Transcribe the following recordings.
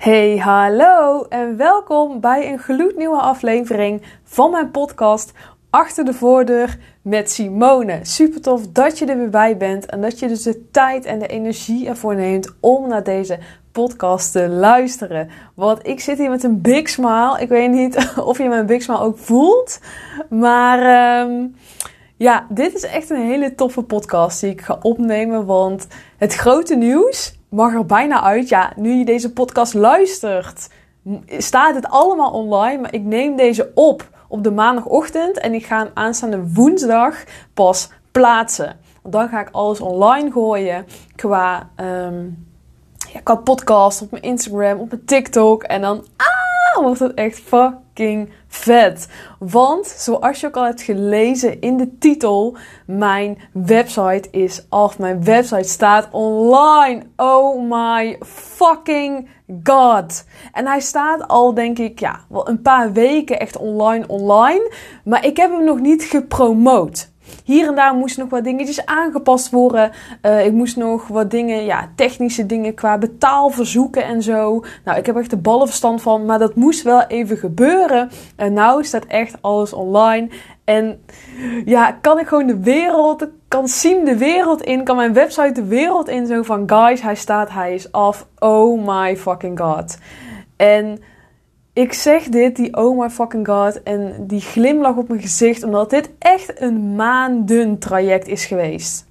Hey, hallo en welkom bij een gloednieuwe aflevering van mijn podcast Achter de Voordeur met Simone. Super tof dat je er weer bij bent en dat je dus de tijd en de energie ervoor neemt om naar deze podcast te luisteren. Want ik zit hier met een big smile. Ik weet niet of je mijn big smile ook voelt, maar ja, dit is echt een hele toffe podcast die ik ga opnemen, want het grote nieuws mag er bijna uit. Ja, nu je deze podcast luistert, staat het allemaal online. Maar ik neem deze op de maandagochtend en ik ga hem aanstaande woensdag pas plaatsen. Want dan ga ik alles online gooien qua podcast op mijn Instagram, op mijn TikTok. En dan wordt het echt fucking vet. Want, zoals je ook al hebt gelezen in de titel, mijn website is af. Mijn website staat online. Oh my fucking god. En hij staat al, denk ik, wel een paar weken echt online. Maar ik heb hem nog niet gepromoot. Hier en daar moesten nog wat dingetjes aangepast worden. Ik moest nog wat dingen, technische dingen qua betaalverzoeken en zo. Nou, ik heb echt de ballenverstand van, maar dat moest wel even gebeuren. En nou staat echt alles online. En kan ik gewoon kan Siem de wereld in, kan mijn website de wereld in. Zo van, guys, hij is af. Oh my fucking god. En ik zeg dit, die oh my fucking god, en die glimlach op mijn gezicht, omdat dit echt een maandentraject is geweest.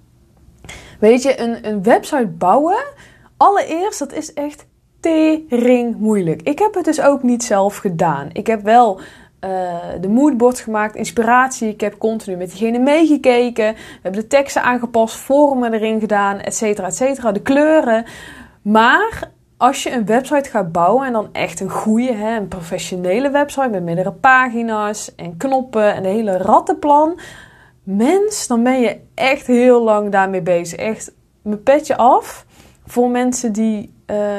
Weet je, een website bouwen, allereerst, dat is echt tering moeilijk. Ik heb het dus ook niet zelf gedaan. Ik heb wel de moodboard gemaakt, inspiratie. Ik heb continu met diegene meegekeken. We hebben de teksten aangepast, vormen erin gedaan, et cetera, de kleuren. Maar als je een website gaat bouwen en dan echt een goede, een professionele website met meerdere pagina's en knoppen en een hele rattenplan, dan ben je echt heel lang daarmee bezig. Echt mijn petje af voor mensen die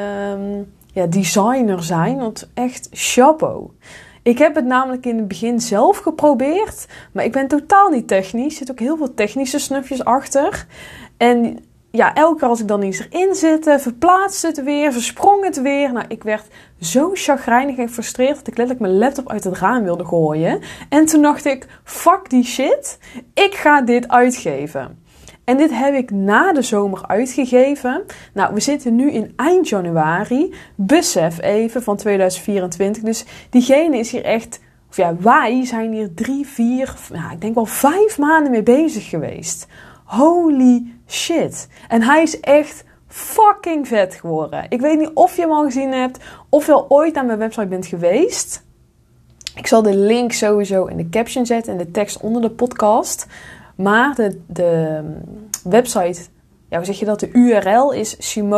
designer zijn, want echt chapeau. Ik heb het namelijk in het begin zelf geprobeerd, maar ik ben totaal niet technisch. Er zitten ook heel veel technische snufjes achter. En elke keer als ik dan eens erin zit, verplaatste het weer, versprong het weer. Nou, ik werd zo chagrijnig en gefrustreerd dat ik letterlijk mijn laptop uit het raam wilde gooien. En toen dacht ik, fuck die shit, ik ga dit uitgeven. En dit heb ik na de zomer uitgegeven. Nou, we zitten nu in eind januari, besef even, van 2024. Dus diegene is hier echt, wij zijn hier 3, 4, ik denk wel 5 maanden mee bezig geweest. Holy shit. En hij is echt fucking vet geworden. Ik weet niet of je hem al gezien hebt, of je al ooit naar mijn website bent geweest. Ik zal de link sowieso in de caption zetten en de tekst onder de podcast. Maar de website, hoe zeg je dat? De URL is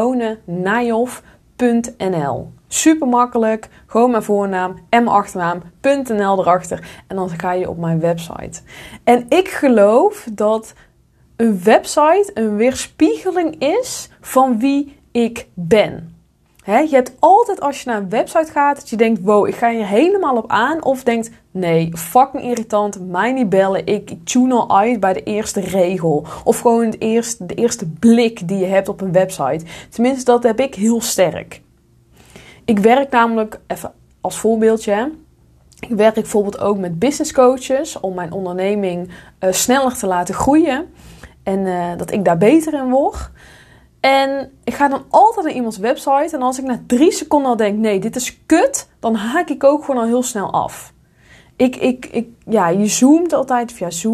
simonenijhoff.nl. Super makkelijk. Gewoon mijn voornaam en mijn achternaam.nl erachter. En dan ga je op mijn website. En ik geloof dat een website een weerspiegeling is van wie ik ben. Je hebt altijd als je naar een website gaat dat je denkt, wow, ik ga hier helemaal op aan. Of denkt, nee, fucking irritant, mij niet bellen. Ik tune al uit bij de eerste regel. Of gewoon de eerste blik die je hebt op een website. Tenminste, dat heb ik heel sterk. Ik werk namelijk, even als voorbeeldje, ik werk bijvoorbeeld ook met business coaches om mijn onderneming sneller te laten groeien. En dat ik daar beter in word. En ik ga dan altijd naar iemands website. En als ik na 3 seconden al denk, nee, dit is kut, dan haak ik ook gewoon al heel snel af. Je zoomt altijd,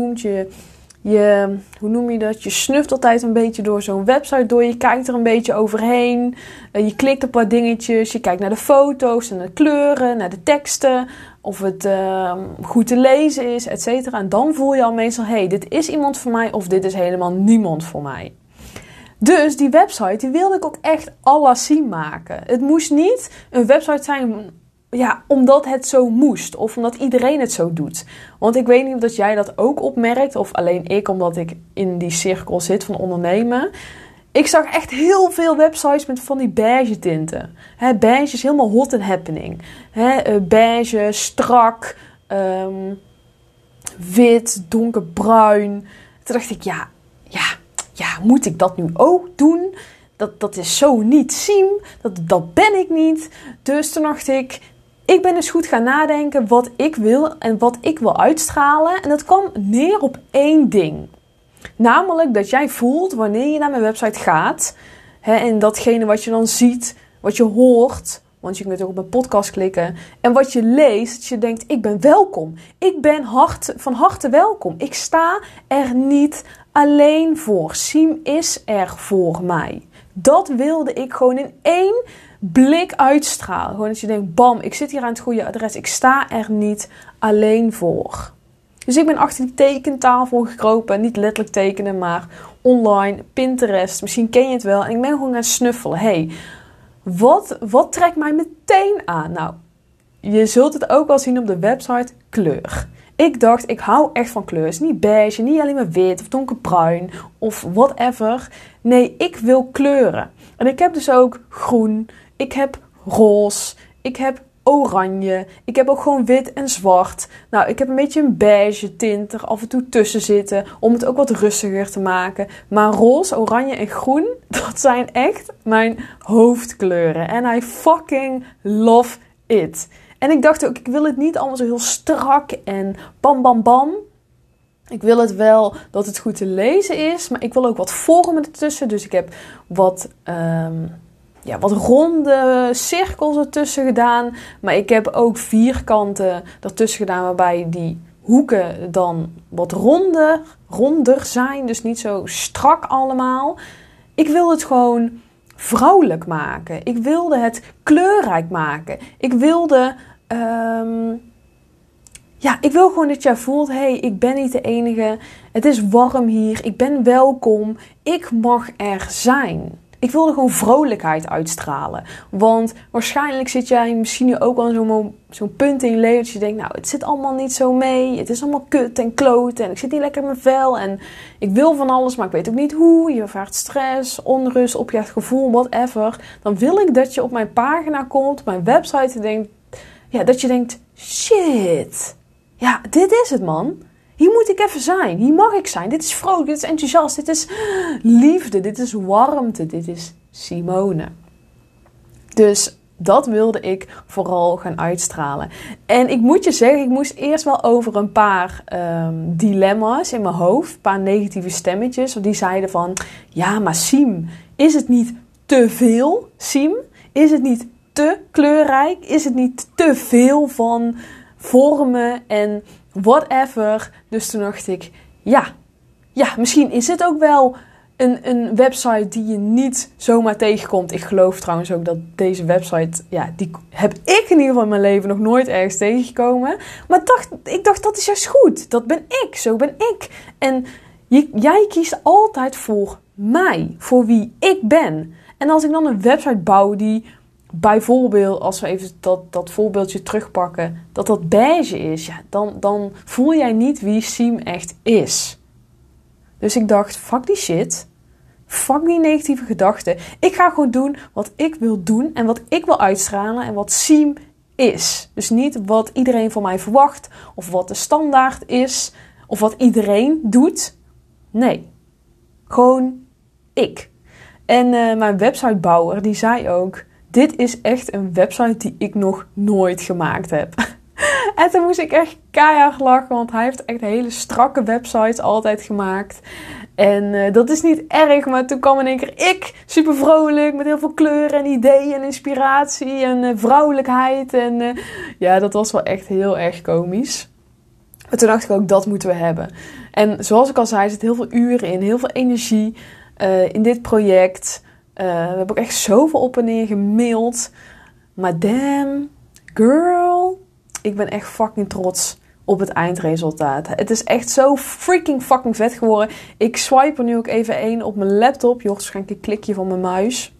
hoe noem je dat? Je snuft altijd een beetje door zo'n website door. Je kijkt er een beetje overheen. Je klikt op wat dingetjes. Je kijkt naar de foto's en de kleuren, naar de teksten. Of het goed te lezen is, et cetera. En dan voel je al meestal, hey, dit is iemand voor mij of dit is helemaal niemand voor mij. Dus die website, die wilde ik ook echt à la Siem maken. Het moest niet een website zijn, omdat het zo moest. Of omdat iedereen het zo doet. Want ik weet niet of dat jij dat ook opmerkt. Of alleen ik, omdat ik in die cirkel zit van ondernemen. Ik zag echt heel veel websites met van die beige tinten. Beige is helemaal hot and happening. Beige, strak, wit, donkerbruin. Toen dacht ik, moet ik dat nu ook doen? dat is zo niet Siem. Dat ben ik niet. Dus toen dacht ik ben dus goed gaan nadenken wat ik wil en wat ik wil uitstralen. En dat kwam neer op één ding. Namelijk dat jij voelt wanneer je naar mijn website gaat. En datgene wat je dan ziet, wat je hoort. Want je kunt ook op mijn podcast klikken. En wat je leest, dat je denkt, ik ben welkom. Ik ben van harte welkom. Ik sta er niet alleen voor. Siem is er voor mij. Dat wilde ik gewoon in één blik uitstralen. Gewoon dat je denkt, bam, ik zit hier aan het goede adres. Ik sta er niet alleen voor. Dus ik ben achter die tekentafel gekropen. Niet letterlijk tekenen, maar online, Pinterest. Misschien ken je het wel. En ik ben gewoon gaan snuffelen. Hey, wat trekt mij meteen aan? Nou, je zult het ook wel zien op de website, kleur. Ik dacht, ik hou echt van kleur. Het is niet beige, niet alleen maar wit of donkerbruin of whatever. Nee, ik wil kleuren. En ik heb dus ook groen, ik heb roze, ik heb oranje, ik heb ook gewoon wit en zwart. Nou, ik heb een beetje een beige tint er af en toe tussen zitten om het ook wat rustiger te maken. Maar roze, oranje en groen, dat zijn echt mijn hoofdkleuren. En I fucking love it. En ik dacht ook, ik wil het niet allemaal zo heel strak en bam bam bam. Ik wil het wel dat het goed te lezen is, maar ik wil ook wat vormen ertussen. Dus ik heb wat ronde cirkels ertussen gedaan. Maar ik heb ook vierkanten ertussen gedaan waarbij die hoeken dan wat ronder zijn. Dus niet zo strak allemaal. Ik wilde het gewoon vrouwelijk maken. Ik wilde het kleurrijk maken. Ik wilde... ik wil gewoon dat jij voelt, hey, ik ben niet de enige. Het is warm hier. Ik ben welkom. Ik mag er zijn. Ik wilde gewoon vrolijkheid uitstralen. Want waarschijnlijk zit jij misschien nu ook al in zo'n punt in je leven dat je denkt, nou, het zit allemaal niet zo mee. Het is allemaal kut en kloot en ik zit niet lekker in mijn vel. En ik wil van alles, maar ik weet ook niet hoe. Je ervaart stress, onrust, opgejaagd gevoel, whatever. Dan wil ik dat je op mijn pagina komt, op mijn website en denkt, dat je denkt, shit. Ja, dit is het, man. Hier moet ik even zijn. Hier mag ik zijn. Dit is vrolijk, dit is enthousiast, dit is liefde, dit is warmte, dit is Simone. Dus dat wilde ik vooral gaan uitstralen. En ik moet je zeggen, ik moest eerst wel over een paar dilemma's in mijn hoofd. Een paar negatieve stemmetjes. Die zeiden van, ja, maar Siem, is het niet te veel, Siem? Is het niet te kleurrijk? Is het niet te veel van vormen en whatever? Dus toen dacht ik, ja, misschien is het ook wel een website die je niet zomaar tegenkomt. Ik geloof trouwens ook dat deze website, die heb ik in ieder geval in mijn leven nog nooit ergens tegengekomen. Maar ik dacht, dat is juist goed. Dat ben ik, zo ben ik. En jij kiest altijd voor mij, voor wie ik ben. En als ik dan een website bouw die bijvoorbeeld, als we even dat voorbeeldje terugpakken, dat beige is, dan voel jij niet wie Siem echt is. Dus ik dacht, fuck die shit. Fuck die negatieve gedachten. Ik ga gewoon doen wat ik wil doen en wat ik wil uitstralen en wat Siem is. Dus niet wat iedereen van mij verwacht of wat de standaard is of wat iedereen doet. Nee, gewoon ik. En mijn websitebouwer die zei ook, dit is echt een website die ik nog nooit gemaakt heb. En toen moest ik echt keihard lachen, want hij heeft echt hele strakke websites altijd gemaakt. En dat is niet erg, maar toen kwam in één keer ik, super vrolijk, met heel veel kleur en ideeën en inspiratie en vrouwelijkheid. En dat was wel echt heel erg komisch. Maar toen dacht ik ook, dat moeten we hebben. En zoals ik al zei, er zit heel veel uren in, heel veel energie in dit project. We hebben ook echt zoveel op en neer gemaild. Maar damn, girl, ik ben echt fucking trots op het eindresultaat. Het is echt zo freaking fucking vet geworden. Ik swipe er nu ook even één op mijn laptop. Je hoort waarschijnlijk een klikje van mijn muis.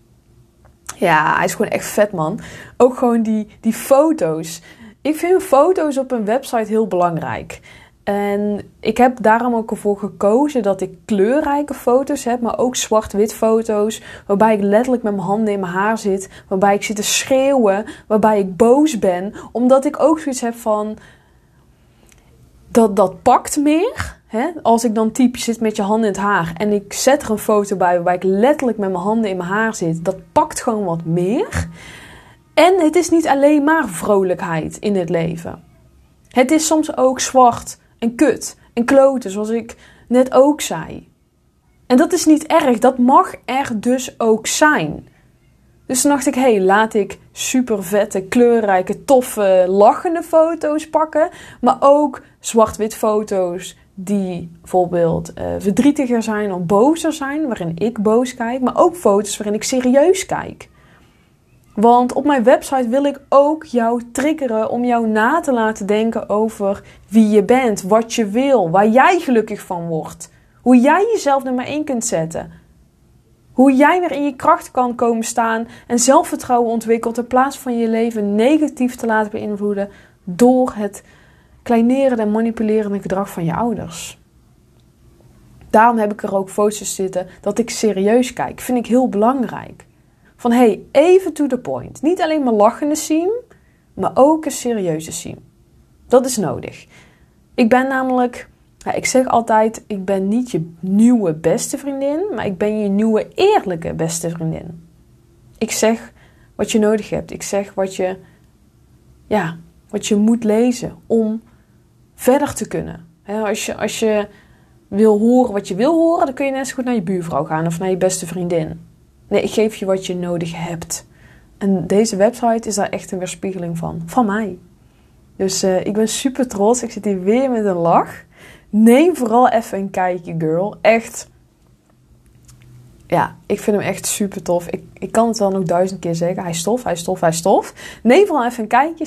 Ja, hij is gewoon echt vet, man. Ook gewoon die foto's. Ik vind foto's op een website heel belangrijk. En ik heb daarom ook ervoor gekozen dat ik kleurrijke foto's heb, maar ook zwart-wit foto's, waarbij ik letterlijk met mijn handen in mijn haar zit, waarbij ik zit te schreeuwen, waarbij ik boos ben, omdat ik ook zoiets heb van, dat pakt meer. Hè? Als ik dan typisch zit met je handen in het haar en ik zet er een foto bij waarbij ik letterlijk met mijn handen in mijn haar zit. Dat pakt gewoon wat meer. En het is niet alleen maar vrolijkheid in het leven. Het is soms ook zwart en kut en kloten, zoals ik net ook zei. En dat is niet erg, dat mag er dus ook zijn. Dus toen dacht ik, laat ik super vette, kleurrijke, toffe, lachende foto's pakken. Maar ook zwart-wit foto's die bijvoorbeeld verdrietiger zijn of bozer zijn, waarin ik boos kijk. Maar ook foto's waarin ik serieus kijk. Want op mijn website wil ik ook jou triggeren om jou na te laten denken over wie je bent, wat je wil, waar jij gelukkig van wordt. Hoe jij jezelf nummer 1 kunt zetten. Hoe jij weer in je kracht kan komen staan en zelfvertrouwen ontwikkelt in plaats van je leven negatief te laten beïnvloeden door het kleinerende en manipulerende gedrag van je ouders. Daarom heb ik er ook foto's zitten dat ik serieus kijk. Vind ik heel belangrijk. Van even to the point. Niet alleen maar lachende siem, maar ook een serieuze siem. Dat is nodig. Ik ben namelijk, ik zeg altijd, ik ben niet je nieuwe beste vriendin, maar ik ben je nieuwe eerlijke beste vriendin. Ik zeg wat je nodig hebt. Ik zeg wat je moet lezen om verder te kunnen. Als je wil horen wat je wil horen, dan kun je net zo goed naar je buurvrouw gaan of naar je beste vriendin. Nee, ik geef je wat je nodig hebt. En deze website is daar echt een weerspiegeling van mij. Dus ik ben super trots. Ik zit hier weer met een lach. Neem vooral even een kijkje, girl. Echt. Ja, ik vind hem echt super tof. Ik kan het wel nog 1000 keer zeggen. Hij is tof, hij is tof, hij is tof. Neem vooral even een kijkje.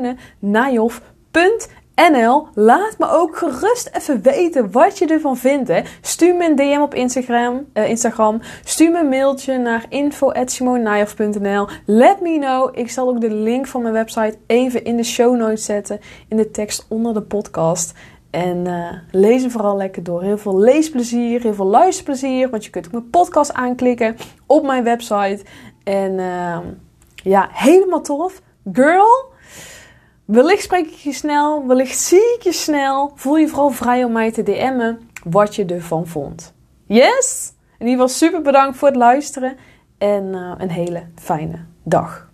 SimoneNijhoff.nl. Laat me ook gerust even weten wat je ervan vindt. Hè. Stuur me een DM op Instagram. Stuur me een mailtje naar info@simonenijhoff.nl. Let me know. Ik zal ook de link van mijn website even in de show notes zetten. In de tekst onder de podcast. En lees hem vooral lekker door. Heel veel leesplezier, heel veel luisterplezier. Want je kunt ook mijn podcast aanklikken op mijn website. En helemaal tof. Girl, wellicht spreek ik je snel. Wellicht zie ik je snel. Voel je vooral vrij om mij te DM'en wat je ervan vond. Yes? In ieder geval super bedankt voor het luisteren. En een hele fijne dag.